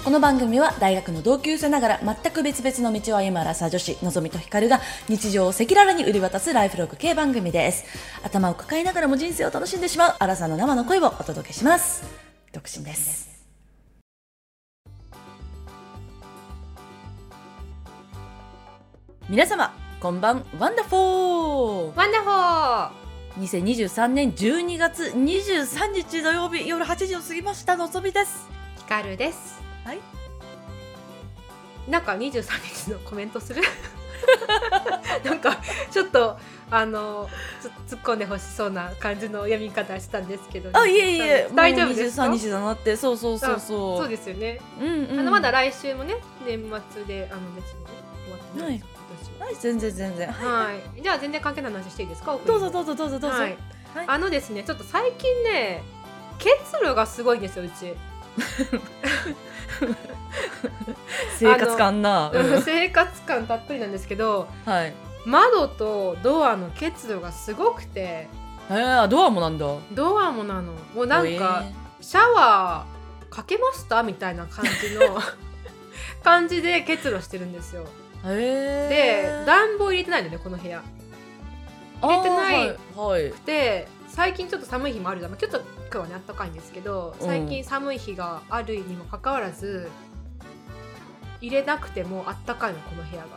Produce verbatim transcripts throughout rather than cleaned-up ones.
この番組は大学の同級生ながら全く別々の道を歩むアラサー女子のぞみとひかるが日常を赤裸々に売り渡すライフログ系番組です。頭を抱えながらも人生を楽しんでしまうアラサーの生の声をお届けします。独身です。皆様こんばんワンダフォーワンダフォーにせんにじゅうさんねんじゅうにがつにじゅうさんにち土曜日夜はちじを過ぎましたのぞみです。 ひかるです。 はい、 なんかにじゅうさんにちのコメントするなんかちょっとあの突っ込んでほしそうな感じの読み方したんですけど、 あ、いえいえ、 大丈夫ですか？ にじゅうさんにちだなって。そうそうそうそうそうですよね、 うんうん、 あのまだ来週もね年末であの別に、ね、終わってないです、 はい、はい、全然全然、 はい、じゃあ全然関係ない話していいですか？ どうぞどうぞどうぞどうぞ、 はいはい、あのですねちょっと最近ね結露がすごいんですようち生活感な、 うん、生活感たっぷりなんですけど、 はい、 窓とドアの結露がすごくて、 えー、ドアもなんだ。 ドアもなの。もうなんかシャワーかけましたみたいな感じの感じで結露してるんですよ。 へで暖房入れてないのねこの部屋。入れてないくて、はいはい、最近ちょっと寒い日もあるじゃん。ちょっと今日はね暖かいんですけど、最近寒い日があるにもかかわらず、うん、入れなくても暖かいのこの部屋が。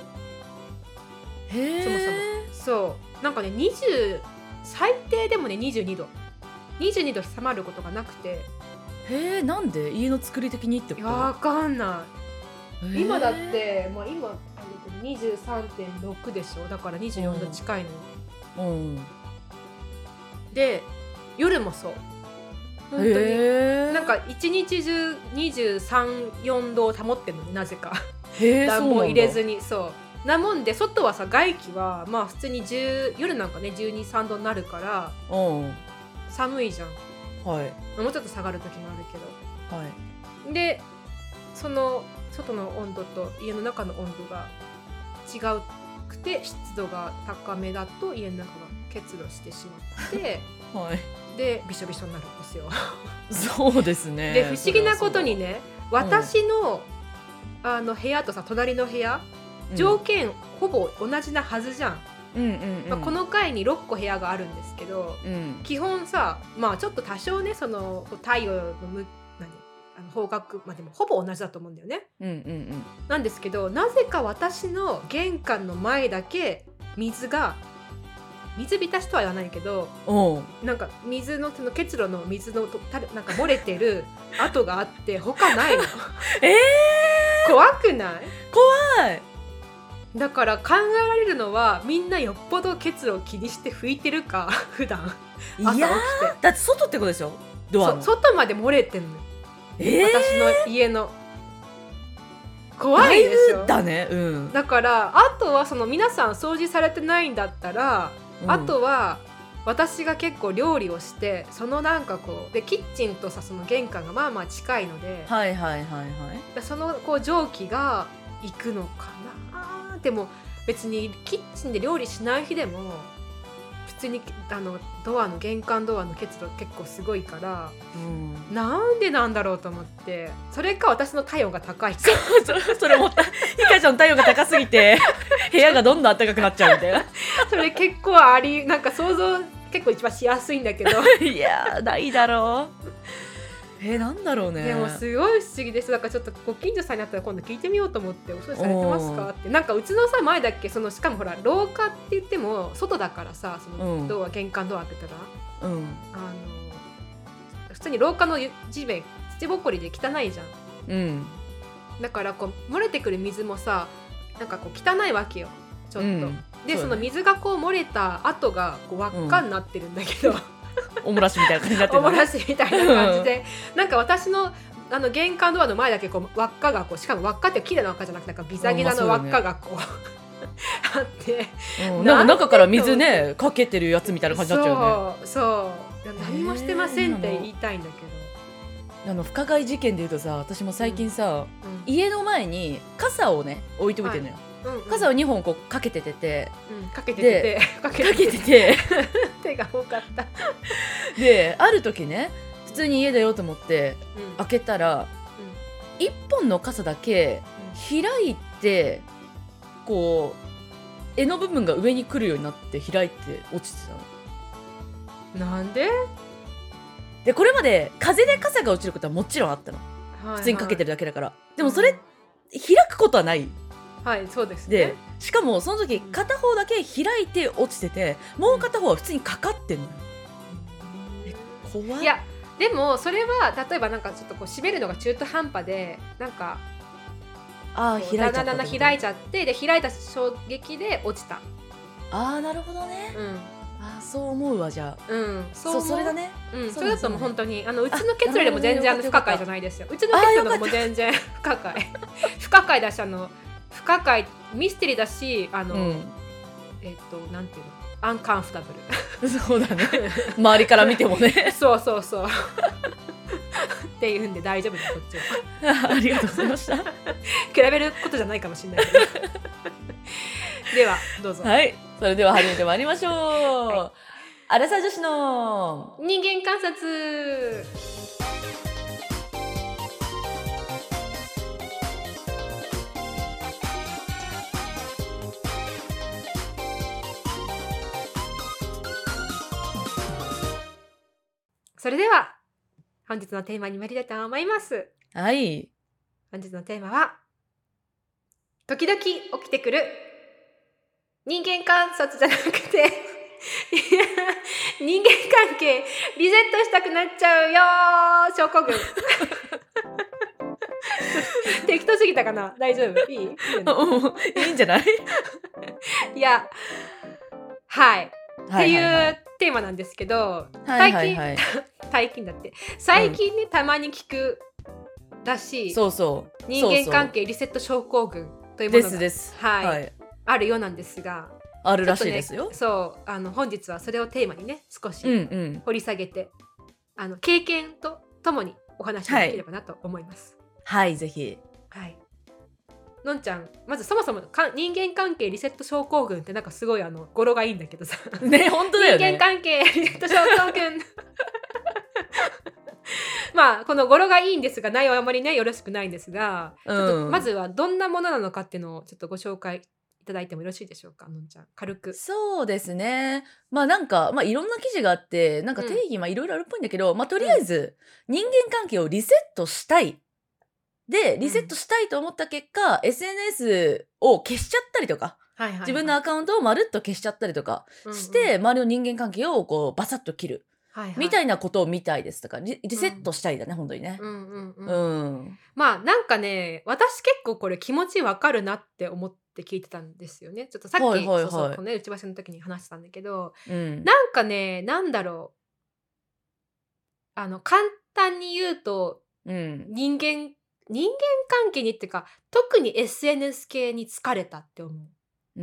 へそもそもそうなんかねにじゅう最低でもねにじゅうにどにじゅうにど下回ることがなくて。 へえ、なんで？家の作り的にってこと？ わかんない。今だって、まあ、今にじゅうさんてんろく でしょ。だからにじゅうよんど近いの、うん、で夜もそう本当になんか一日中にじゅうさん、よんどを保ってるのになぜか暖房入れずに。そうなもんで外はさ外気はまあ普通にじゅう夜なんかねじゅうに、さんどになるから寒いじゃん、はい、もうちょっと下がる時もあるけど、はい、でその外の温度と家の中の温度が違うくて湿度が高めだと家の中が結露してしまって、はい、でびしょびしょになるんですよそうですね。 で不思議なことにね私の、うん、あの部屋とさ隣の部屋条件、うん、ほぼ同じなはずじゃん。うんうんうんまあ、この階にろっこ部屋があるんですけど、うん、基本さ、まあ、ちょっと多少ねその太陽のむ何あの方角、まあ、でもほぼ同じだと思うんだよね、うんうんうん、なんですけどなぜか私の玄関の前だけ水が水浸しとは言わないけどなんか水のその結露の水のなんか漏れてる跡があって他ないのえー、怖くない？ 怖い。 だから考えられるのはみんなよっぽど結露を気にして拭いてるか普段朝起きて。いやだって外ってことでしょドアの。 外まで漏れてんの、えー、私の家の。怖いでしょ。 だね、うん、 だからあとはその皆さん掃除されてないんだったら、うん、あとは私が結構料理をしてそのなんかこうでキッチンとさその玄関がまあまあ近いので、 はいはいはいはい、 そのこう蒸気が行くのかな。でも別にキッチンで料理しない日でも普通にあのドアの玄関ドアの結露結構すごいから、うん、なんでなんだろうと思って。それか私の体温が高いかそ, それもったひかちゃんの体温が高すぎて部屋がどんどん暖かくなっちゃうみたいなそれ結構ありなんか想像結構一番しやすいんだけどいやないだろう。えー、なんだろうね。 でもすごい不思議です。だからちょっとご近所さんに会ったら今度聞いてみようと思って。お掃除されてますかって。なんかうちのさ前だっけそのしかもほら廊下って言っても外だからさそのドア、うん、玄関ドア開けたら、うん、あの普通に廊下の地面土ぼこりで汚いじゃん、うん、だからこう漏れてくる水もさなんかこう汚いわけよちょっと、うん、で そ,、ね、その水がこう漏れた跡がこう輪っかになってるんだけど、うんおもらしみたいな感じになってる、 ね、おもらしみたいな感じでなんか私のあの玄関ドアの前だけこう輪っかがこうしかも輪っかって綺麗な輪っかじゃなくてなんかビザギザの輪っかがこう、うんまあね、あって、 うん、なんか中から水ねかけてるやつみたいな感じになっちゃうよね。 そうそう何もしてませんって言いたいんだけど、あの深買い事件でいうとさ私も最近さ、うんうん、家の前に傘をね置いておいてるのよ、はいうんうん、傘をにほんこうかけててて、うん、かけててかけてて手が多かったである時ね普通に家だよと思って、うん、開けたら、 一本の傘だけ開いてこう柄の部分が上に来るようになって開いて落ちてたの。 なんで？ でこれまで風で傘が落ちることはもちろんあったの、 はいはい、 普通にかけてるだけだから。でもそれ、うん、開くことはない。 はい、そうですね。 でしかもその時片方だけ開いて落ちてて、もう片方は普通にかかってんのよ、うん、え怖い。 いやでもそれは例えばなんかちょっとこう閉めるのが中途半端でなんかあ開いちゃった、 だんだんだん開いちゃってで開いた衝撃で落ちた。 あーなるほどね、うん、あそう思うわ。じゃあ、 うん、 そう、それだね、 うん、それだともう本当にあのうちの結論よりも全然あの不可解じゃないですよ。うちの結論よりも全然不可解不可解だし、あの不可解ミステリーだし、あの、うん、えっとなんていうの、アンカンフタブルそうだね周りから見てもねそうそうそうっていうんで大丈夫です、こっちはありがとうございました比べることじゃないかもしれないけどではどうぞ。 はい、それでは始めてまいりましょう、はい、アラサー女子の人間観察。それでは本日のテーマに参りたいと思います。 はい、 本日のテーマは時々起きてくる人間観察じゃなくて人間関係リセットしたくなっちゃうよ症候群適当すぎたかな。大丈夫？いい？いいいいんじゃないいやはい、はいはいはい、っていうテーマなんですけど、最近、はいはいはい、最近だって最近ね、うん、たまに聞くらしい、 そうそう人間関係リセット症候群というものがですです、 はいはい、あるようなんですが、 あるらしいですよ、 ね、そうあの本日はそれをテーマにね少し掘り下げて、うんうん、あの経験とともにお話しできればなと思います。 はい、はい、ぜひ。 はい、のんちゃん、まずそもそもか人間関係リセット症候群ってなんかすごいあの語呂がいいんだけどさね、本当だよね、 人間関係リセット症候群まあこの語呂がいいんですが内容はあまりねよろしくないんですが、うん、ちょっとまずはどんなものなのかっていうのをちょっとご紹介いただいてもよろしいでしょうか、のんちゃん、軽く。 そうですね、まあなんか、まあ、いろんな記事があってなんか定義、うん、まあいろいろあるっぽいんだけど、まあとりあえず、うん、人間関係をリセットしたいでリセットしたいと思った結果、うん、エスエヌエス を消しちゃったりとか、はいはいはい、自分のアカウントをまるっと消しちゃったりとかして、うんうん、周りの人間関係をこうバサッと切る、はいはい、みたいなことを見たいですとか リ, リセットしたいだね、うん、本当にね、うんうんうんうん、 まあなんかね私結構これ気持ちわかるなって思って聞いてたんですよね。ちょっとさっき、はいはいはい、そうそうこの、ね、打ち合わせの時に話してたんだけど、うん、なんかねなんだろうあの簡単に言うと、うん、人間人間関係にっていうか特に エスエヌエス 系に疲れたって思う。うー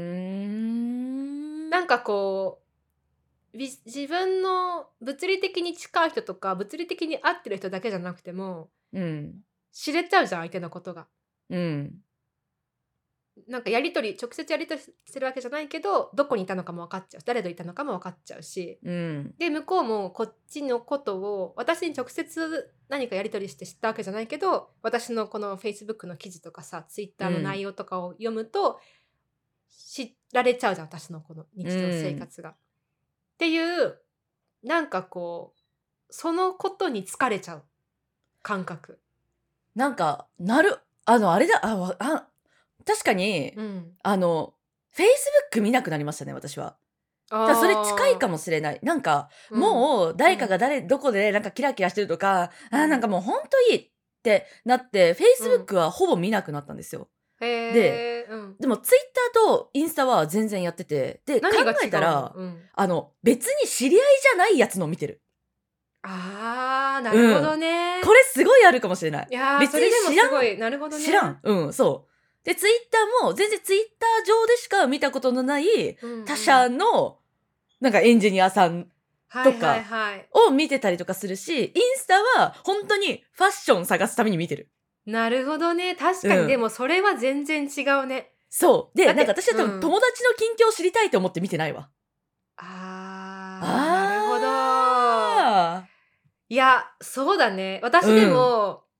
んなんかこう自分の物理的に近い人とか物理的に合ってる人だけじゃなくても、うん、知れちゃうじゃん相手のことが、うん、なんかやり取り直接やり取りしてるわけじゃないけどどこにいたのかも分かっちゃうし誰といたのかも分かっちゃうし、うん、で向こうもこっちのことを私に直接何かやり取りして知ったわけじゃないけど私のこの Facebook の記事とかさ Twitter の内容とかを読むと、うん、知られちゃうじゃん私のこの日常生活が、うん、っていうなんかこうそのことに疲れちゃう感覚なんかなるあのあれだああ確かに、うん、あの Facebook 見なくなりましたね私は。だそれ近いかもしれない。なんか、うん、もう誰かが誰、うん、どこでなんかキラキラしてるとか、うん、あなんかもうほんといいってなって Facebook はほぼ見なくなったんですよ、うん、で、うん、でも Twitter とインスタは全然やっててで考えたら、うん、あの別に知り合いじゃないやつの見てる。 あーなるほどね、 うん、これすごいあるかもしれない。 いや別に知らん、それでもすごいなるほどね、 知らん、うんそうでツイッターも全然ツイッター上でしか見たことのない他社のなんかエンジニアさんとかを見てたりとかするし、インスタは本当にファッション探すために見てる。 なるほどね、確かに、うん、でもそれは全然違うね。 そうでなんか私は多分友達の近況を知りたいと思って見てないわ。 あーあーなるほど。いやそうだね私でも、うん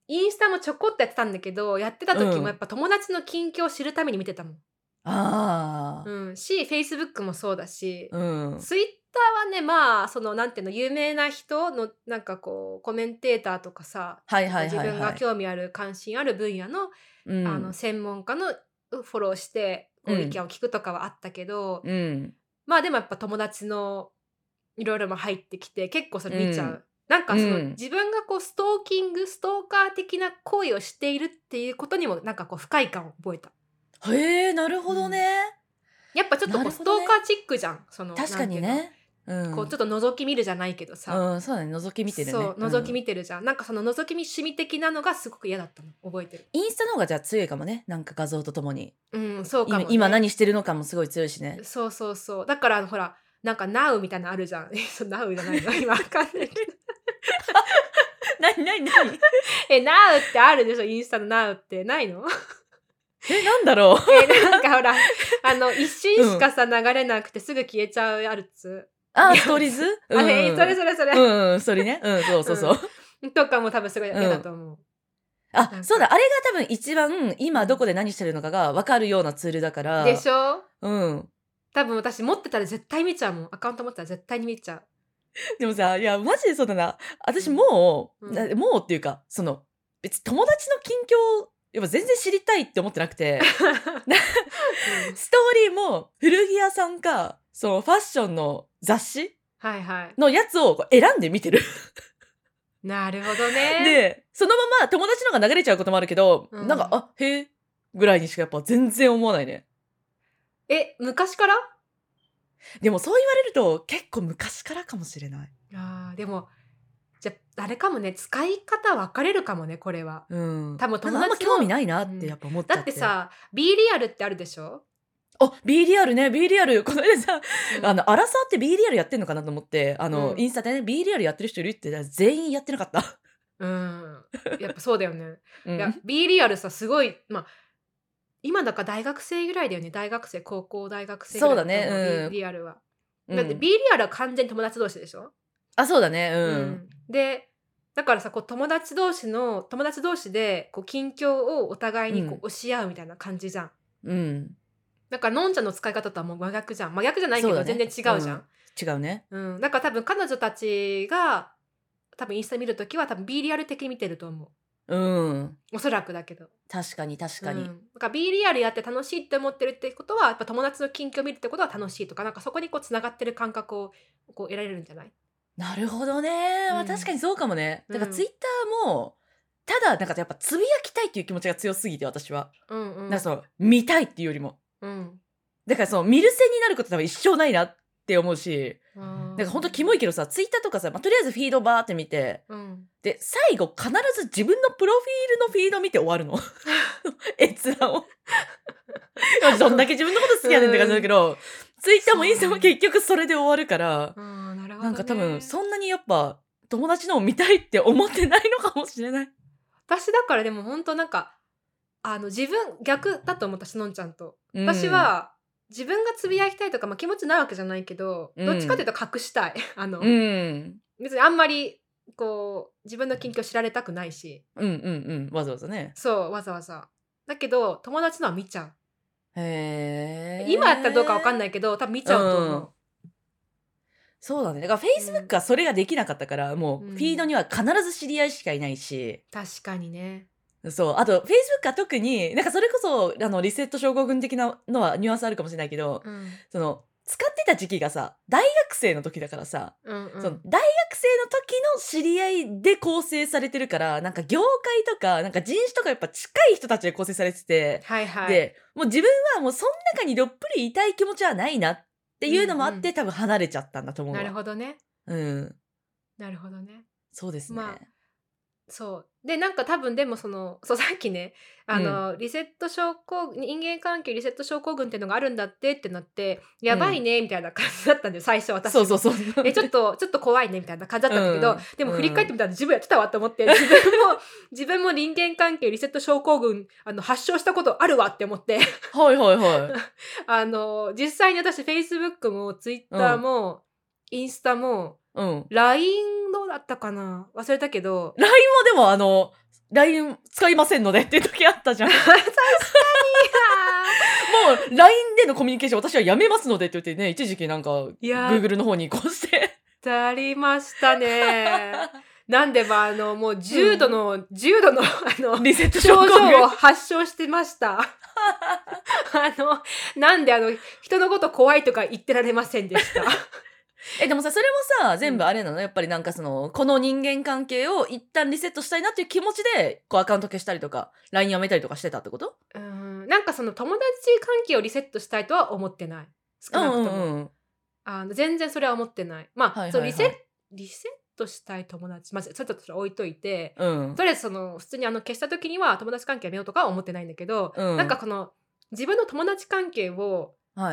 インスタもちょこっとやってたんだけど、やってた時うんもやっぱ友達の近況を知るために見てたもん。 ああ。 うん、し、Facebook もそうだし、 うん。 Twitter はね、まあ、その、なんていうの、有名な人の、なんかこう、コメンテーターとかさ、 はいはいなんか自分はいはい。 が興味ある、関心ある分野の、 うあの、 ん。 専門家のフォローして、こう、意うん。 見を聞くとかはあったけど、 うん。 まあでもやっぱ友達のいろいろも入ってきて、結構それ見ちゃうん。 う。なんかそのうん。 自分がこうストーキング、ストーカー的な行為をしているっていうことにもなんかこう不快感を覚えた。 へえ、なるうん。 ほどね。 やっぱちょっとなこうるほどね。 ストーカーチックじゃん。その、 確かなんていうの、 にね。うこうちょっん。 と覗き見るじゃないけどさ、 うん、そうだね、覗き見てるね。 そう、覗きうん。 見てるじゃん。なんかその覗き見趣味的なのがすごく嫌だったの、覚えてる。 インスタの方がじゃあ強いかもね。なんか画像とともに。 うん、そうか今もね。 今何してるのかもすごい強いしね。 そうそうそう。だからあのほら、なんか Now みたいなのあるじゃん。え、そう Now じゃないの今わかんないけど。 なになになに？ え、Now ってあるでしょ、インスタの Now ってないの？ え、なんだろう？ え、なんかほら、あの、一瞬うん。 しかさ、流れなくてすぐ消えちゃうやつ。 あ、ストーやつ。 リーズ？うあ、え、それん。 それそれ。 うんうん、ストーリーね。うん、そうそうそう。 うん。とかも多分すごい嫌だうん。 と思う。 あ、 なんそうだ、 かあれが多分一番う今どこん。 で何してるのかが分かるようなツールだかでら、 しょ？ うん。 多分私持ってたら絶対見ちゃうもん。アカウント持ってたら絶対に見ちゃう。 でもさ、いや、マジでそうだな。 う私ん。 もう、なうん。 もうっていうか、その、別に友達の近況、やっぱ全然知りたいって思ってなくて、なうん。 ストーリーも古着屋さんか、そのファッションの雑誌はいはい。 のやつをこう選んで見てる。 なるほどね。 で、そのまま友達のが流れちゃうこともあるけど、 うなんか、 ん。 あ、へえ、ぐらいにしかやっぱ全然思わないね。 え、昔から？ でもそう言われると結構昔からかもしれない。 ああ、でも、じゃ、あれかもね、使い方分かれるかもね、これは。 うん。 多分なんかあんま友達の興味ないなうん。 ってやっぱ思っだちゃって。 ってさ、B リアルってあるでしょ？ あ、B リアルね、B リアル。この間さ、あうん。 の、アラサーって B リアルやってんのかなと思って、あうの、イん。 ンスタでね、B リアルやってる人いるって言ったら全員やってなかった。 うん。やっぱそうだよね。いや、 うん。 B リアルさ、すごい、ま、今だか大学生ぐらいだよね。大学生、高校、大学生ぐそうだね、 らいだと思う、B うん。 リアルは。だってうん。 B リアルは完全に友達同士でしょ？ あ、そうだね、 ううん。 ん。で、だからさ、こう友達同士の友達同士で、こう近況をお互いうにこん。 う教し合うみたいな感じじゃん。 うん。 だからのんちゃんの使い方とはもう真逆じゃん。真逆じゃないけど、全そうだね。 然違うじゃん。 うん。違うね。 うん。だから多分彼女たちが、多分インスタ見るときは多分 B リアル的に見てると思う。 うん。 おそらくだけど。 確かに確かに。 うん。だから B リアルやって楽しいって思ってるってことは、やっぱ友達の近況見るってことは楽しいとか、なんかそこにこう繋がってる感覚をこう得られるんじゃない？ なるほどね。 うまあ、確かん。 にそうかもね。 うん。 だからツイッターも、ただなんかやっぱつぶやきたいっていう気持ちが強すぎて、私は。 うんうん。 なんかその、見たいっていうよりも。 うん。 だからその、見る線になること多分一生ないなって思うし、 あなんかほんとキモいあ。 けどさ、ツイッターとかさ、まあ、とりあえずフィードバーって見て、 うん。 で、最後必ず自分のプロフィールのフィード見て終わるの。閲覧を。いやどんだけ自分のこと好きやねんって感じだうん。 けど、ツイッターもインスタもそうね。 結局それで終わるから、 ああ、なるほどなんか多分ね。 そんなにやっぱ、友達のを見たいって思ってないのかもしれない。 私だからでもほんとなんか、あの自分逆だと思ったし、のんちゃんと。 う私ん。 は、自分がつぶやきたいとか、ま、気持ちないわけじゃないけど、 うん。 どっちかっていうと隠したい。あうの、 ん。 別にあんまりこう、自分の近況知られたくないし。 うんうんうん。わざわざね。 そう、わざわざ。だけど、友達のは見ちゃう。今やったらどうかわかんへえ。 ないけど、多分見ちうゃうと思ん。 う。 そうだね。だからうん。 Facebook はそれができなかったから、 うもうフィードん。 には必ず知り合いしかいないし。 確かにね。 そう、あと Facebook は特に、なんかそれこそ、あの、リセット症候群的なのはニュアンスあるかもしれないけど、 うん。 その、使ってた時期がさ、大学生の時だからさ、 うんうその、 ん。 大学生の時の知り合いで構成されてるから、なんか業界とか、なんか人種とかやっぱ近い人たちで構成されてて、 はいはい。 で、もう自分はもうそん中にどっぷりいたい気持ちはないなってうんいうのもあって、 うん。 多分離れちゃったんだと思うなるわ。 ほどね。 うん。 なるほどね。 そうですまあ、 ね。 そう。で、なんか多分でもその、そう、さっきね、 うん。 あの、リセット症候人間関係リセット症候群っていうのがあるんだってってなって、やばいうん。 ねみたいな感じだったんだよ、最初私も。 そうそうそう。 え、ちょっとちょっと怖いねみたいな感じだったんだけど、 うん。 でも振り返ってうん。 みたら自分やってたわと思って、自分も自分も人間関係リセット症候群、あの、発症したことあるわって思って。 はいはいはい。 あの、実際に私 Facebook もう Twitter ん。 もインスタもうん。 ライン どうだったかな忘れたけど、 ライン もでもあの、 ライン 使いませんのでっていう時あったじゃん。 確かにもう ライン でのコミュニケーション私はやめますのでって言ってね、一時期なんか Google の方に移行して。 ありましたね。なんでまああのもう重度の、うん、重度のあのリセット症状を発症してました。あのなんであの人のこと怖いとか言ってられませんでした。 えでもさそれもさ全部あれなの、うん、やっぱりなんかそのこの人間関係を一旦リセットしたいなっていう気持ちでこうアカウント消したりとか ライン やめたりとかしてたってこと？ うーんなんかその友達関係をリセットしたいとは思ってない。少なくとも、うんうん、あの全然それは思ってない。まあ、はいはいはい、そうリセットリセットしたい友達まずちょっとそれ置いといて、うん、とりあえずその普通にあの消した時には友達関係やめようとかは思ってないんだけど、うん、なんかこの自分の友達関係を、はい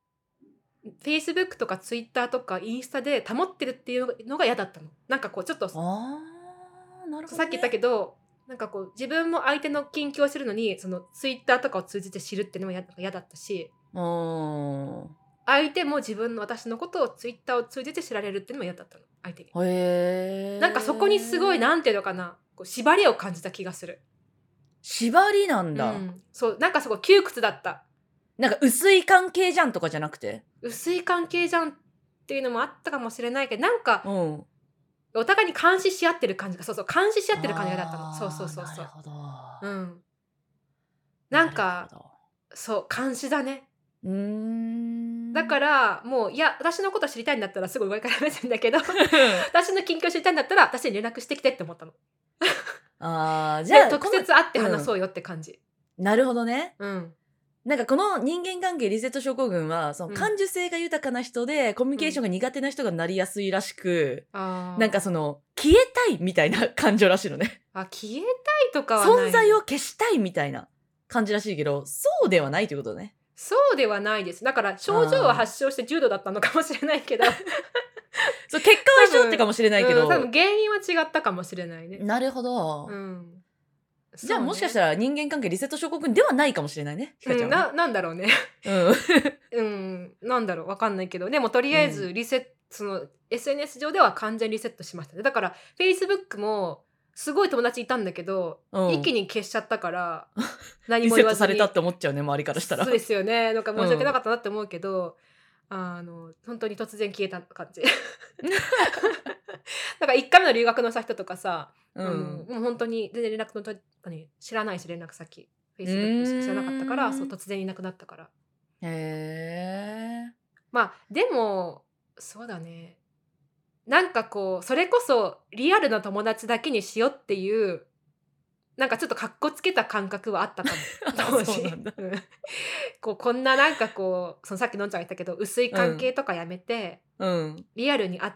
、Facebook とか Twitter とかインスタで保ってるっていうのが嫌だったの。なんかこうちょっとあなるほど、ね、さっき言ったけどなんかこう自分も相手の近況を知るのにその Twitter とかを通じて知るっていうのも嫌だったし、相手も自分の私のことを Twitter を通じて知られるっていうのも嫌だったの相手に。へーなんかそこにすごいなんていうのかなこう縛りを感じた気がする。 縛りなんだ、 うん、そうなんかすごい窮屈だった。 なんか薄い関係じゃんとかじゃなくて薄い関係じゃんっていうのもあったかもしれないけどなんか、うん、お互いに監視し合ってる感じがそうそう監視し合ってる感じがだったの。そうそうそうそう。なるほど。うん。なんかそう監視だね。うーんだからもういや私のこと知りたいんだったらすぐ上から目線だけど私の近況知りたいんだったら私に連絡してきてって思ったの。あじゃあ直接会って話そうよって感じ、 うん、なるほどね。うんなんかこの人間関係リセット症候群はその感受性が豊かな人で、うん、コミュニケーションが苦手な人がなりやすいらしく、うん、なんかその消えたいみたいな感情らしいのね。 あ消えたいとかはない存在を消したいみたいな感じらしいけどそうではないということね。 そうではないです。だから症状は発症して重度だったのかもしれないけどそう結果は一緒だったかもしれないけど、 うん、多分原因は違ったかもしれないね。 なるほど、うんじゃあもしかしたら人間関係リセット症候群ではないかもしれないね。ひかちゃんはね、 うん、な, なんだろうね。うん、うん、なんだろうわかんないけどでもとりあえずリセット、うん、その エスエヌエス 上では完全リセットしましたね。だから Facebook もすごい友達いたんだけど、うん、一気に消しちゃったから何も言わずにリセットされたって思っちゃうね周りからしたら。 そうですよね。なんか申し訳なかったなって思うけど、うん、あの本当に突然消えた感じ。なんかいっかいめの留学のさ人とかさ、うん、もう本当に全然連絡のと知らないし連絡先 Facebook しか知らなかったからそう突然いなくなったから。へーまあでもそうだねなんかこうそれこそリアルな友達だけにしようっていうなんかちょっとかっこつけた感覚はあったかも当時。そうなんだこうこんななんかこうそのさっきのんちゃんが言ったけど薄い関係とかやめて、うん、リアルに会って、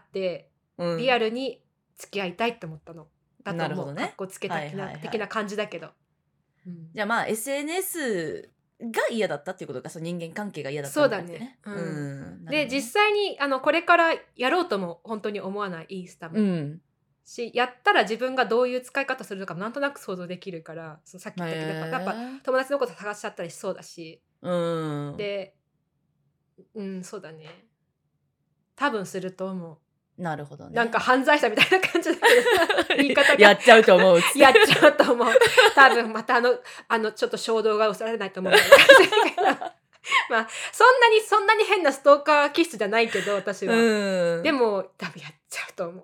うん、リアルに付き合いたいって思ったのだと思う。なるほどね。かっこつけた的な、はいはいはい、的な感じだけど、 うん、じゃあまあ エスエヌエス が嫌だったっていうことか。その人間関係が嫌だったんだってね。 そうだね、うんうん、で実際にあのこれからやろうとも本当に思わないインスタも、うんしやったら自分がどういう使い方するのかもなんとなく想像できるからそのさっき言ったけどやっぱ友達のこと探しちゃったりしそうだし、うんでうんそうだね多分すると思う。 なるほどね。 なんか犯罪者みたいな感じだけど言い方がやっちゃうと思うやっちゃうと思う多分またあのあのちょっと衝動が抑えられないと思うまあそんなにそんなに変なストーカー気質じゃないけど私は、うん、でも多分やっちゃうと思う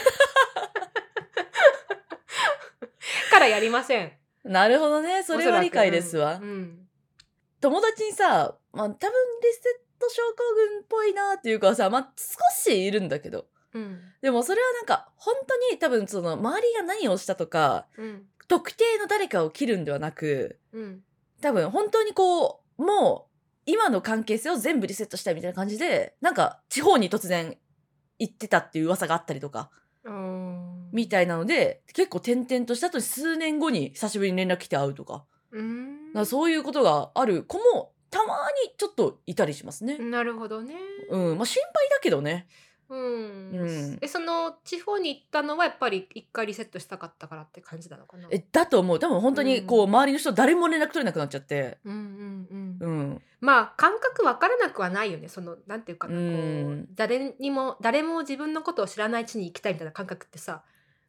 からやりません。 なるほどねそれは理解ですわ、うんうん、友達にさ、まあ、多分リセット症候群っぽいなっていうかさ、まあ、少しいるんだけど、うん、でもそれはなんか本当に多分その周りが何をしたとか、うん、特定の誰かを切るんではなく、うん、多分本当にこうもう今の関係性を全部リセットしたいみたいな感じでなんか地方に突然行ってたっていう噂があったりとかみたいなので結構転々とした後に数年後に久しぶりに連絡来て会うとか、うーんだからそういうことがある子もたまにちょっといたりしますね。 なるほどね。 うんまあ心配だけどね。 うんうん、えその地方に行ったのはやっぱり一回リセットしたかったからって感じなのかな。 えだと思う。多分本当にこう、うん、周りの人誰も連絡取れなくなっちゃって、うんうんうんうん、まあ感覚わからなくはないよね。そのなんていうかな、うん、こう誰にも誰も自分のことを知らないうちに行きたいみたいな感覚ってさ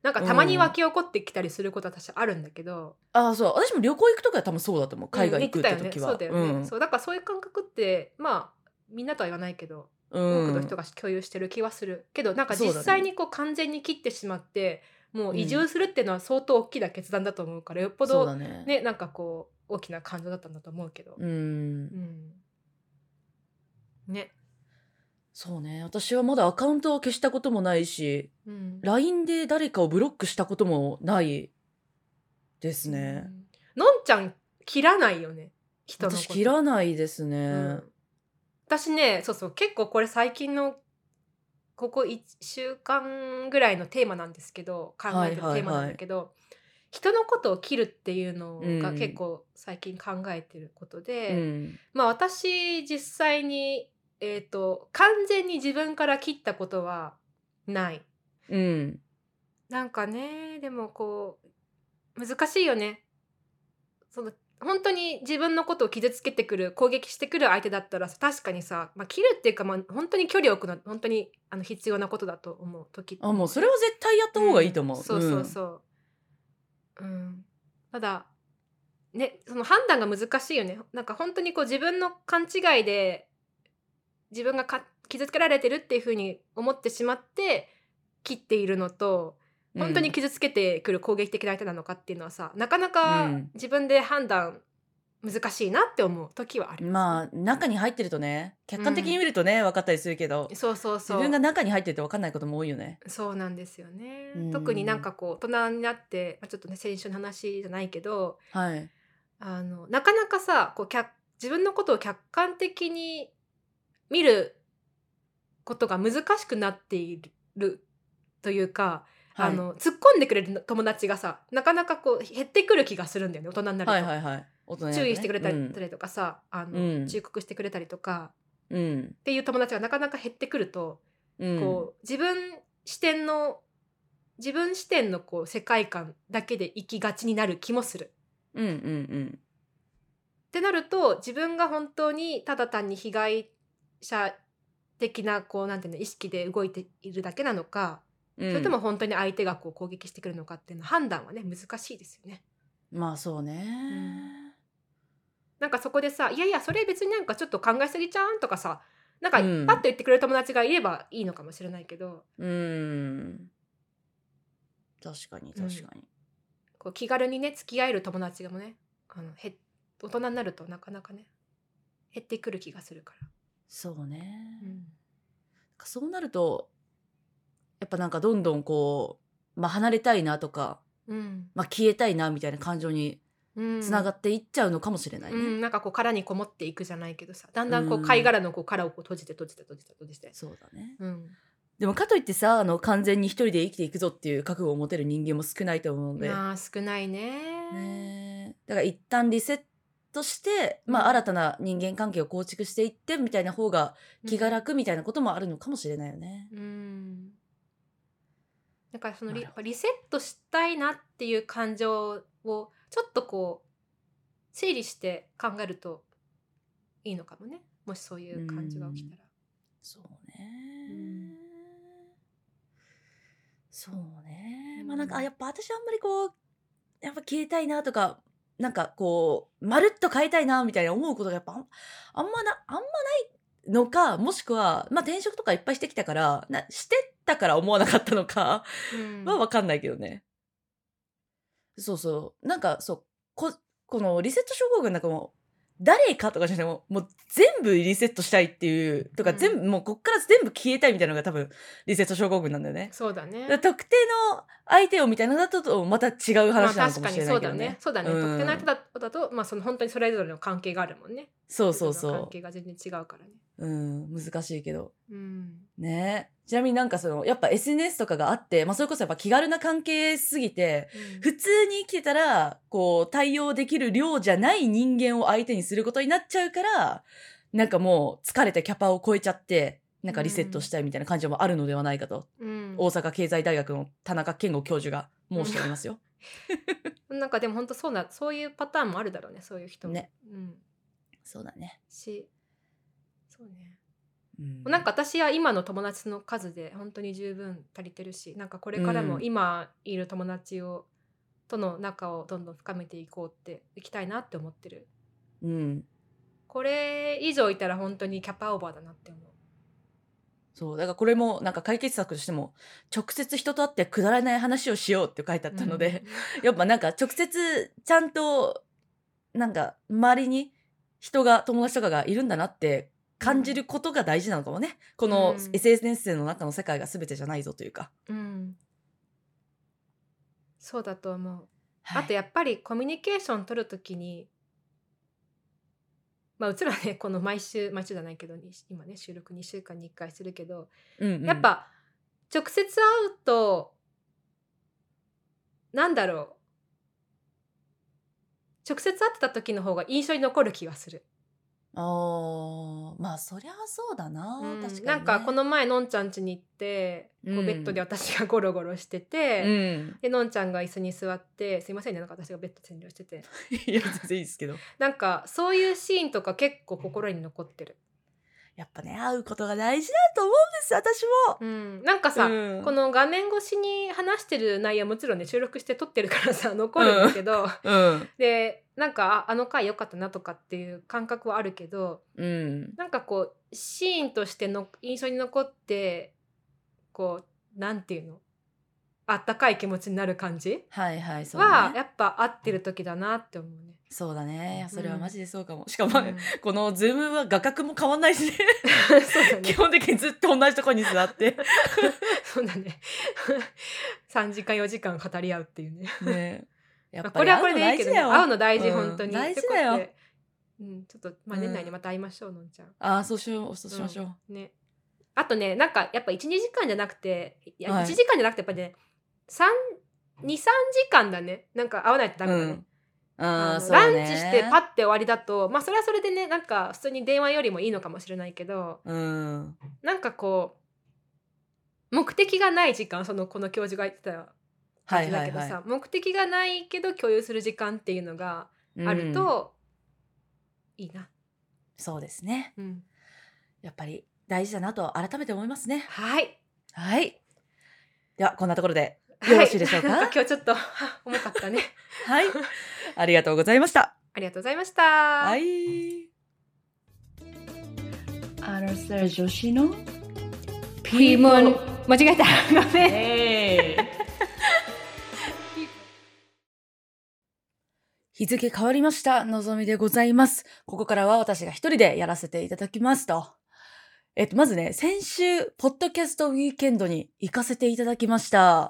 なんかたまに湧き起こってきたりすることは私あるんだけど、 ああ、そう。私も旅行行くときは多分そうだと思う。海外うん、 行くって言ってたよね。 時は。 そうだよね。 うん。 そうだからそういう感覚ってまあみんなとは言わないけど、 う多くの人ん。 が共有してる気はするけど、なんか実そうだね。 際にこう完全に切ってしまってもう移うん。 住するっていうのは相当大きな決断だと思うから、よっぽそうだどね。 ねなんかこう大きな感情だったんだと思うけど、 うん。 うんね、 そうね。私はまだアカウントを消したこともないし、 うん、 ライン で誰かをブロックしたこともないですうね。 ん、のんちゃん切らないよね、人の私こと。 切らないですうね。 ん、私ね、そうそう、結構これ最近のここいっしゅうかんぐらいのテーマなんですけど、考はいえてるテーマなんはいはい。 だけど、人のことを切るっていううのが結ん。 構最近考えてることうで、 ん。 まあ私実際に、えっと、完全に自分から切ったことはない。 うん。 なんかね、でもこう、難しいよね。その本当に自分のことを傷つけてくる、攻撃してくる相手だったらさ、確かにさ、まあ、切るっていうか、まあ、本当に距離を置くのは本当にあの必要なことだと思う時あ、もうそれ思うね。 は絶対やったう方がいいとん、 思う。 そううん。 そうそう。うん。ただ、ね、その判断が難しいよね。なんか本当にこう自分の勘違いで、自分がか傷つけられてるっていう風に思ってしまって切っているのと、本当にうん。 傷つけてくる攻撃的な相手なのかっていうのはさ、なかなかうん。 自分で判断難しいなって思う時はありますね。 まあ、中に入ってるとね、客観的にうん。 見るとね、分かったりするけど、 そうそう自分がそ中に入ってると分かんないことも多いよね。 う。そうなんですようね。特になんん。 かこう大人になって、ま、ちょっとね、先週の話じゃないけど、 はい。 あの、なかなかさ、こう、きゃ自分のことを客観的に見ることが難しくなっているというか、あはい。 の、突っ込んでくれる友達がさ、なかなかこう減ってくる気がするんだよね、大人になると。 はいはいはい。大人になるとね。 注意してくれうん。 たりたりとかさ、あの、 うん。 忠告してくれたりとかうん。 っていう友達がなかなか減ってくると、 うん。 こう、自分視点の自分視点のこう世界観だけで生きがちになる気もする。 うんうんうん。 ってなると、自分が本当にただ単に被害者的なこうなんていうの意識で動いているだけなのか、それとうん。 も本当に相手がこう攻撃してくるのかっていうの判断はね難しいですよね。 まあそううん。 ね。 なんかそこでさ、いやいやそれ別になんかちょっと考えすぎちゃうんとかさ、なんかパッとうん。 言ってくれる友達がいればいいのかもしれないけど、 うーん。確かにうん、 確かに。 こう気軽にね付き合える友達がもね、あのへ大人になるとなかなかね減ってくる気がするから。 そうね。 うん。 そうなると、やっぱなんかどんどんこう、ま、離れたいなとか、 うん。 ま、消えたいなみたいな感情にうん。 繋がっていっちゃうのかもしれないね。 うん、なんかこう殻にこもっていくじゃないけどさ、だんうだんこう貝ーん。 殻のこう殻をこう閉じて閉じて閉じて閉じて。 そうだね。 うん。 でもかといってさ、あの、完全に一人で生きていくぞっていう覚悟を持てる人間も少ないと思うので。 まあ、少ないね。 ね。だから一旦リセットして、まあ、 うん。 新たな人間関係を構築していってみたいな方が気がうん。 楽みたいなこともあるのかもしれないよね。 うん。だからそのリやっぱなるほど。 リセットしたいなっていう感情をちょっとこう整理して考えるといいのかもね。もしそういうーう感じが起きん。 たら。 そううん。 ね。そううね。ま、なんか、あ、やん。 っぱ私あんまりこう、やっぱ消えたいなとか、なんかこう、まるっと変えたいなみたいな思うことがやっぱあんあんまなあんまないのか、もしくは、ま、転職とかいっぱいしてきたから、なしてたから思わなかったのかはうん。 わかんないけどね。そうそう。なんかそう、ここのリセット症候群なんかもう、誰かとかじゃなくても、もう全部リセットしたいっていうとか、全うん。 部もうこっから全部消えたいみたいなのが多分リセット症候群なんだよね。 そうだね。 だ特定の相手をみたいなのだととまた違うまあ話なのか確かにもしれなそうだね。 いけどね。うそうだね。特定の相手ん。 だだと、まあその本当にそれぞれの関係があるもんね。 そうそれぞれの関そうそ係が全然違うからね。 う。うん、難しいけど。 うん。 ね。ちなみになんかその、やっぱ エスエヌエス とかがあって、ま、それこそやっぱ気軽な関係すぎて、 うん。 普通に生きてたら、こう対応できる量じゃない人間を相手にすることになっちゃうから、なんかもう疲れてキャパを超えちゃって、なんうかリセットしん。 たいみたいな感情もあるのではないかと、 うん。 大阪経済大学の田中健吾教授が申しておりますよ。 うん。なんかでも本当そうなそういうパターンもあるだろうね、そういう人も。 ね。 うん。 そうだね。 し、そうね。 ううんなんか私は今の友達の数で本当に十分足りてるし、なんかこれからも今いる友達をとの仲をどんどん深めていこうっていきたいなって思ってる。 うん、 これ以上いたら本当にキャパオーバーだなって思う。 そうだからこれもなんか解決策としても直接人と会ってくだらない話をしようって書いてあったので、やっぱなんか直接ちゃんとなんか周りに人が友達とかがいるんだなって感じることが大事なのかもね。このうんエスエヌエス の中の世界が全てじゃないぞというか。 うん、そうだと思う。 はいあとやっぱりコミュニケーション取るときに、まあうちらねこの毎週毎週じゃないけどに今ね収録にしゅうかんにいっかいするけど、 うんうん、 やっぱ直接会うとなんだろう直接会ってた時の方が印象に残る気がする。 あーまあそりゃそうだな、 うん確かに、ね、 なんかこの前のんちゃん家に行って、こうベッドで私がゴロゴロしてて、 うんでのんちゃんが椅子に座ってすいませんねなんか私がベッド占領してていや全然いいですけど、 なんかそういうシーンとか結構心に残ってる。 やっぱね会うことが大事だと思うんです私も。 うん、なんかさ、 うんこの画面越しに話してる内容もちろんね収録して撮ってるからさ残るんだけど、 うんでなんかああの回良かったなとかっていう感覚はあるけど、 うんなんかこうシーンとしての印象に残ってこうなんていうのあったかい気持ちになる感じはいはいそうねはやっぱ合ってる時だなって思うね。 そうだねいやそれはマジでそうかも、しかも、 うんこのズームは画角も変わんないしねそうだね基本的にずっと同じところに座ってそうだねさんじかんよじかん語り合うっていうねねやっぱりこれはこれでいいけどね、会うの大事、 うん本当に大事だよってことで、うん、ちょっと、まあ、年内にまた会いましょう、のんちゃん。 ああそうしようそうしましょう、 うんね、あとねなんかやっぱいちにじかんじゃなくていや、 はいいちじかんじゃなくてやっぱねにさんじかんだねなんか会わないとダメだね、 うんああのーそうねランチしてパッて終わりだとまあそれはそれでねなんか普通に電話よりもいいのかもしれないけど、 うんなんかこう目的がない時間そのこの教授が言ってたはい感じだけどさ、 はいはい目的がないけど共有する時間っていうのがあるうんといいな、 そうですねうん、 やっぱり大事だなと改めて思いますね。 はいはいではこんなところでよろしいでしょうか。 はい、なんか今日ちょっと重かったねはいありがとうございました。 ありがとうございましたはいアラサー女子のピーモン間違えたごめんえー日付変わりましたのぞみでございます。ここからは私が一人でやらせていただきますと。えっとまずね先週ポッドキャストウィーケンドに行かせていただきました。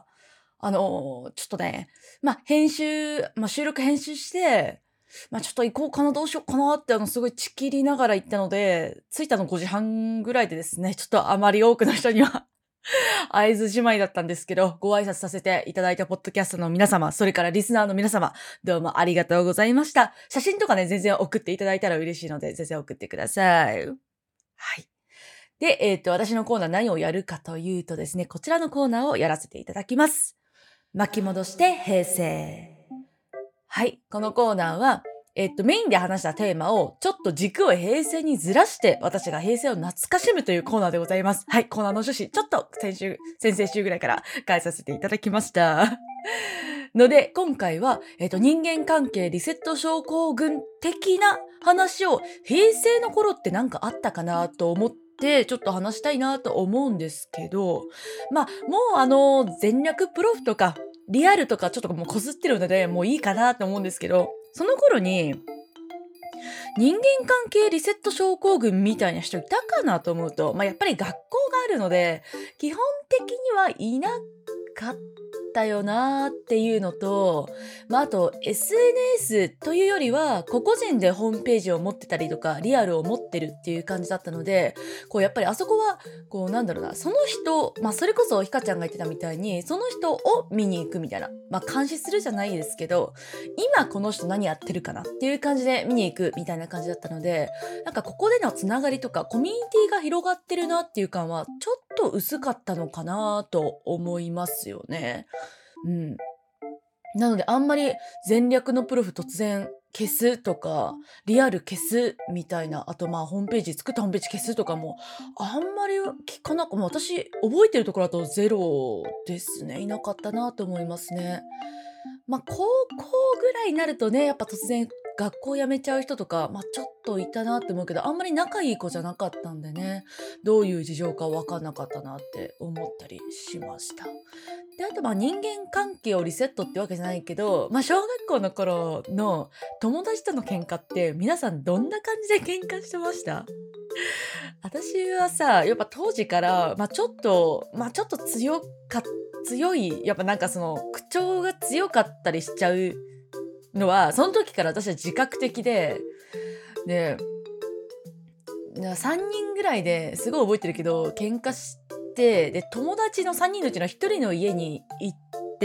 あのーちょっとねまあ編集、まあ、収録編集してまあちょっと行こうかなどうしようかなってあのすごいちきりながら行ったので着いたのごじはんぐらいでですねちょっとあまり多くの人には会津じまいだったんですけど、ご挨拶させていただいたポッドキャストの皆様、それからリスナーの皆様、どうもありがとうございました。写真とかね、全然送っていただいたら嬉しいので、全然送ってください。はい。で、えっと、私のコーナー何をやるかというとですね、こちらのコーナーをやらせていただきます。巻き戻して平成。はい。このコーナーは、えっと、メインで話したテーマを、ちょっと軸を平成にずらして、私が平成を懐かしむというコーナーでございます。はい。コーナーの趣旨、ちょっと先週、先々週ぐらいから変えさせていただきました。ので、今回は、えっと、人間関係リセット症候群的な話を、平成の頃ってなんかあったかなと思って、ちょっと話したいなと思うんですけど、まあ、もうあの、全略プロフとか、リアルとかちょっともうこすってるので、もういいかなと思うんですけど、その頃に、人間関係リセット症候群みたいな人いたかなと思うと、まあ、やっぱり学校があるので、基本的にはいなかったよなーっていうのと、まあ、あと エスエヌエス というよりは、個々人でホームページを持ってたりとか、リアルを持ってるっていう感じだったので、こうやっぱりあそこは、こうなんだろうな、その人、まあそれこそひかちゃんが言ってたみたいに、その人を見に行くみたいな、まあ監視するじゃないですけど、今この人何やってるかなっていう感じで見に行くみたいな感じだったので、なんかここでのつながりとかコミュニティが広がってるなっていう感はちょっと薄かったのかなと思いますよね。うん。なのであんまり全略のプロフ突然消すとか、リアル消すみたいな、あとまあホームページ作ったホームページ消すとかも、あんまり聞かなく、もう私覚えてるところだとゼロですね。いなかったなと思いますね。まあ高校ぐらいになるとね、やっぱ突然学校辞めちゃう人とか、まあちょっといたなって思うけど、あんまり仲いい子じゃなかったんでね、どういう事情か分かんなかったなって思ったりしました。で、あとまあ人間関係をリセットってわけじゃないけど、まあ小学校の頃の友達との喧嘩って皆さんどんな感じで喧嘩してました？私はさ、やっぱ当時から、まあちょっと、まあちょっと強か、強い、やっぱなんかその口調が強かったりしちゃうのは、その時から私は自覚的で、で、なさんにんぐらいですごい覚えてるけど、喧嘩して、で、友達のさんにんのうちのひとりの家に行って、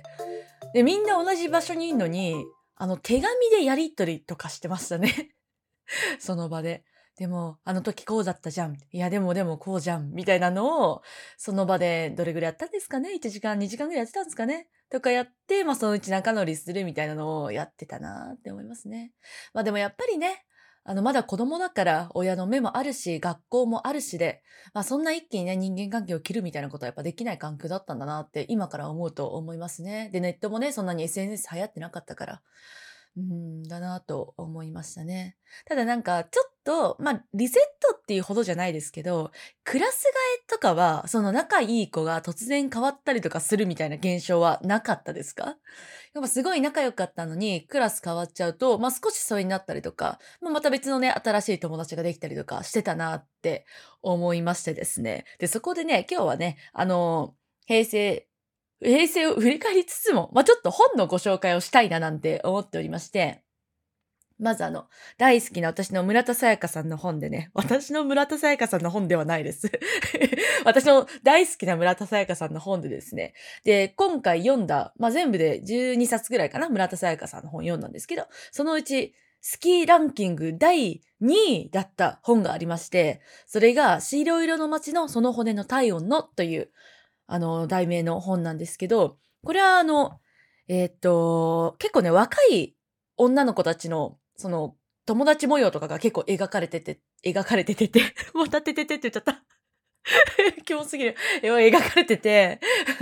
で、みんな同じ場所にいんのに、あの、手紙でやり取りとかしてましたね。その場で。でも、あの時こうだったじゃん。いや、でもでもこうじゃん。みたいなのを、その場でどれぐらいやったんですかね？ いち 時間、にじかんぐらいやってたんですかね？とかやって、まあ、そのうち仲直りするみたいなのをやってたなって思いますね。まあ、でもやっぱりね、あの、まだ子供だから親の目もあるし、学校もあるしで、まあ、そんな一気にね、人間関係を切るみたいなことはやっぱできない環境だったんだなって今から思うと思いますね。で、ネットもね、そんなに エスエヌエス 流行ってなかったから。うん、だなと思いましたね。ただなんかちょっと、まあ、リセットっていうほどじゃないですけど、クラス替えとかは、その仲いい子が突然変わったりとかするみたいな現象はなかったですか？やっぱすごい仲良かったのに、クラス変わっちゃうと、ま、少し疎遠になったりとか、ま、また別のね、新しい友達ができたりとかしてたなって思いましてですね。で、そこでね、今日はね、あの、平成平成を振り返りつつも、ま、ちょっと本のご紹介をしたいななんて思っておりまして、まずあの、大好きな私の村田沙耶香さんの本でね、私の村田沙耶香さんの本ではないです。私の大好きな村田沙耶香さんの本でですね、で、今回読んだ、ま、全部でじゅうにさつぐらいかな、村田沙耶香さんの本読んだんですけど、そのうち好きランキングだいにいだった本がありまして、それが白色の街のその骨の体温のというあの、題名の本なんですけど、これはあの、えーっと、結構ね、若い女の子たちの、その、友達模様とかが結構描かれてて描かれててて、またてててって言っちゃった。キモすぎる。え描かれてて、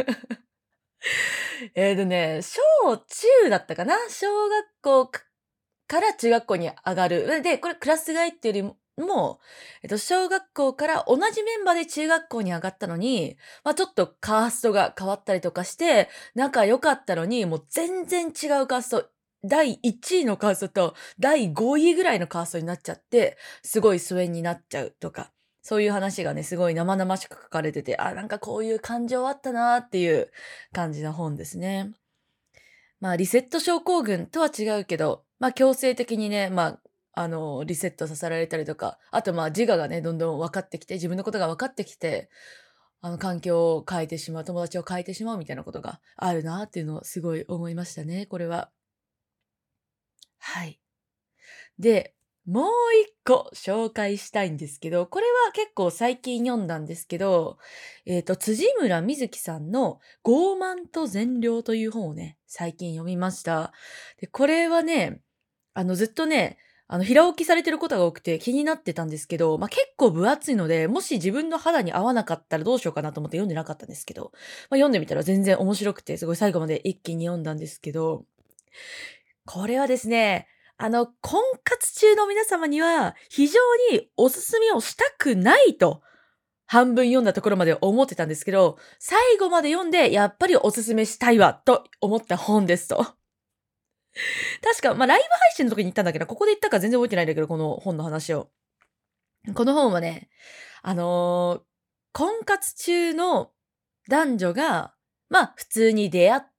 えっとね、小中だったかな？小学校かから中学校に上がる。で、これクラス替えっていうよりも、えっと、小学校から同じメンバーで中学校に上がったのに、ま、ちょっとカーストが変わったりとかして、仲良かったのに、もう全然違うカースト、だいいちいのカーストとだいごいぐらいのカーストになっちゃって、すごい疎遠になっちゃうとか、そういう話がね、すごい生々しく書かれてて、あ、なんかこういう感情あったなっていう感じの本ですね。まあ、リセット症候群とは違うけど、まあ、強制的にね、まあ、あの、リセットさせられたりとか、あと、まあ、自我がね、どんどん分かってきて、自分のことが分かってきて、あの、環境を変えてしまう、友達を変えてしまうみたいなことがあるなっていうのをすごい思いましたね、これは。はい。で、もう一個紹介したいんですけど、これは結構最近読んだんですけど、えっと、辻村瑞希さんの傲慢と善良という本をね、最近読みました。で、これはね、あの、ずっとね、あの、平置きされてることが多くて気になってたんですけど、まあ、結構分厚いので、もし自分の肌に合わなかったらどうしようかなと思って読んでなかったんですけど、まあ、読んでみたら全然面白くて、すごい最後まで一気に読んだんですけど、これはですね、あの、婚活中の皆様には非常にお勧めをしたくないと、半分読んだところまで思ってたんですけど、最後まで読んでやっぱりお勧めしたいわと思った本ですと。確か、ま、ライブ配信の時に言ったんだけど、ここで言ったか全然覚えてないんだけど、この本の話を。この本はね、あの、婚活中の男女が、まあ、普通に出会って、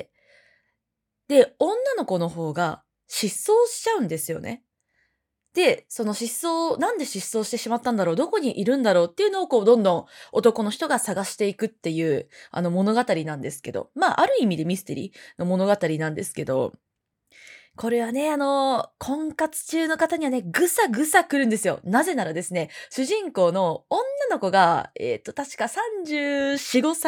で、女の子の方が失踪しちゃうんですよね。で、その失踪なんで失踪してしまったんだろう、どこにいるんだろうっていうのをこうどんどん男の人が探していくっていう、あの物語なんですけど、まあ、ある意味でミステリーの物語なんですけど、これはね、あの、婚活中の方にはね、ぐさぐさ来るんですよ。なぜならですね、主人公の女の子が、えっと、確かさんじゅうよん、ごさい。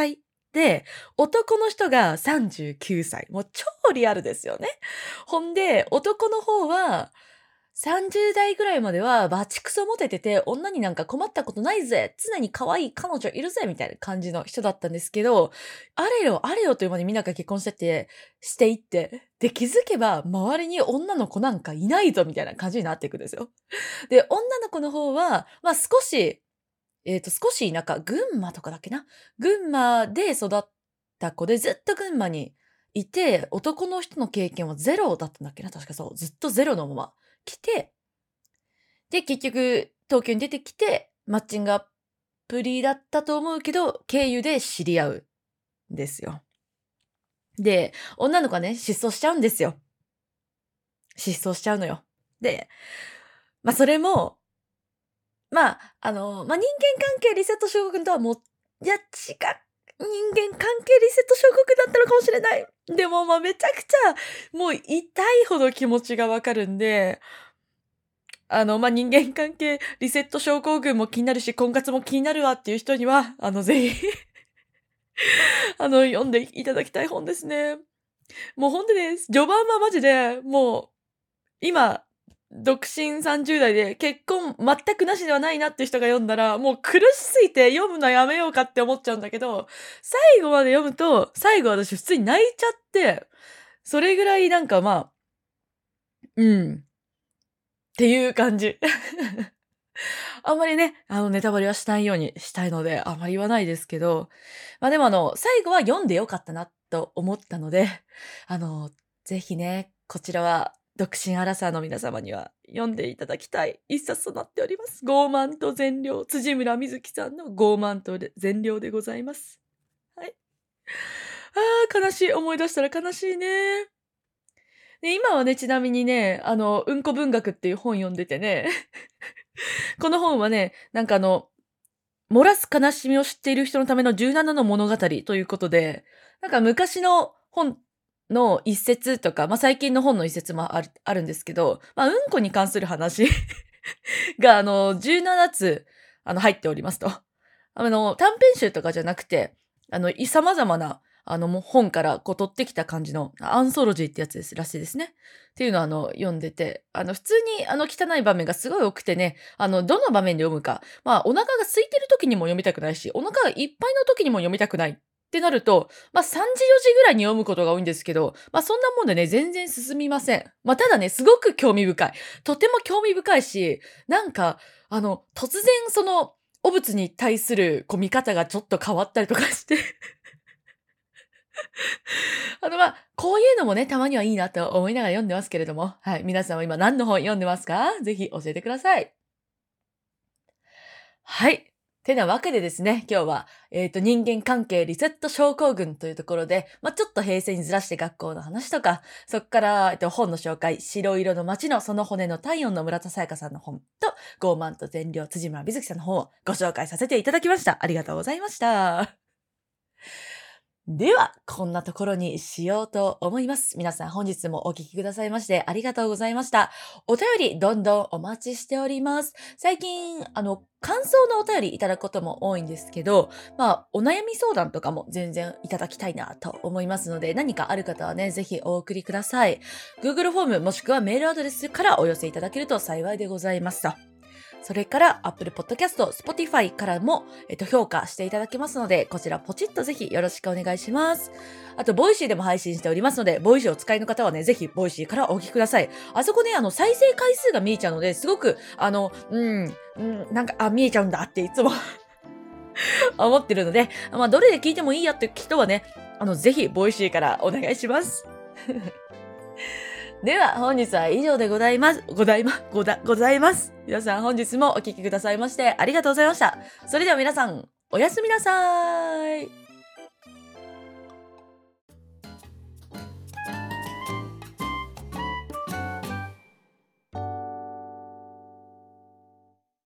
で、男の人がさんじゅうきゅうさい。もう超リアルですよね。ほんで、男の方は、さんじゅう代ぐらいまではバチクソモテてて、女になんか困ったことないぜ、常に可愛い彼女いるぜ、みたいな感じの人だったんですけど、あれよあれよという間にみんなが結婚してて、していって、で、気づけば周りに女の子なんかいないぞ、みたいな感じになっていくんですよ。で、女の子の方は、まあ少し、えっと、少し田舎、群馬とかだっけな。群馬で育った子で、ずっと群馬にいて、男の人の経験はゼロだったんだっけな。確かそう。ずっとゼロのまま来て、で、結局、東京に出てきて、マッチングアプリだったと思うけど、経由で知り合うんですよ。で、女の子はね、失踪しちゃうんですよ。失踪しちゃうのよ。で、まあそれも、まあ、あの、まあ人間関係リセット症候群とはもう、いや、違う。人間関係リセット症候群だったのかもしれない。でも、まあめちゃくちゃ、もう痛いほど気持ちがわかるんで、あの、まあ、人間関係リセット症候群も気になるし、婚活も気になるわっていう人には、あの、ぜひあの、読んでいただきたい本ですね。もうほんとです。序盤はマジで、もう、今、独身さんじゅう代で結婚全くなしではないなっていう人が読んだら、もう苦しすぎて読むのやめようかって思っちゃうんだけど、最後まで読むと、最後私普通に泣いちゃって、それぐらいなんかまあ、うん、っていう感じ。あんまりね、あの、ネタバレはしないようにしたいので、あんまり言わないですけど、ま、でもあの、最後は読んでよかったなと思ったので、あの、ぜひね、こちらは独身アラサーの皆様には読んでいただきたい一冊となっております。傲慢と善良、辻村瑞希さんの傲慢と善良でございます。はい。ああ、悲しい。思い出したら悲しいね。で、今はね、ちなみにね、あの、うんこ文学っていう本読んでてね、この本はね、なんかあの、漏らす悲しみを知っている人のためのじゅうななの物語ということで、なんか昔の本の一節とか、ま、最近の本の一節もあるあるんですけど、ま、うんこに関する話が、あの、じゅうななつ、あの、入っておりますと。あの、短編集とかじゃなくて、あの、い様々な、あの、もう本からこう取ってきた感じのアンソロジーってやつですらしいですね。っていうのを、あの、読んでて、あの、普通に、あの、汚い場面がすごい多くてね、あの、どの場面で読むか、まあ、お腹が空いてる時にも読みたくないし、お腹がいっぱいの時にも読みたくないってなると、まあ、さんじよじぐらいに読むことが多いんですけど、まあ、そんなもんでね、全然進みません。まあ、ただね、すごく興味深い。とても興味深いし、なんか、あの、突然その、汚物に対する、こう、見方がちょっと変わったりとかしてあの、まあ、こういうのもね、たまにはいいなと思いながら読んでますけれども、はい、皆さんは今何の本読んでますか？ぜひ教えてください。はい。てなわけでですね、今日は、えっと、人間関係リセット症候群というところで、まあ、ちょっと平成にずらして学校の話とか、そっから、えっと、本の紹介、白色の街のその骨の体温の村田沙耶香さんの本と、傲慢と善良辻村美月さんの本をご紹介させていただきました。ありがとうございました。では、こんなところにしようと思います。皆さん本日もお聞きくださいましてありがとうございました。お便りどんどんお待ちしております。最近、あの、感想のお便りいただくことも多いんですけど、まあ、お悩み相談とかも全然いただきたいなと思いますので、何かある方はね、ぜひお送りください。Google フォームもしくはメールアドレスからお寄せいただけると幸いでございますと。それから Apple Podcast、Spotify からも、えっと、評価していただけますので、こちらポチッとぜひよろしくお願いします。あと、ボイシーでも配信しておりますので、ボイシーをお使いの方はね、ぜひボイシーからお聞きください。あそこね、あの、再生回数が見えちゃうので、すごく、あの、うん、うん、なんか、あ、見えちゃうんだっていつも思ってるので、まあ、どれで聞いてもいいやって人はね、あの、ぜひボイシーからお願いします。では、本日は以上でございます。ございま、ごだ、ございます。皆さん本日もお聞きくださいましてありがとうございました。それでは皆さん、おやすみなさーい。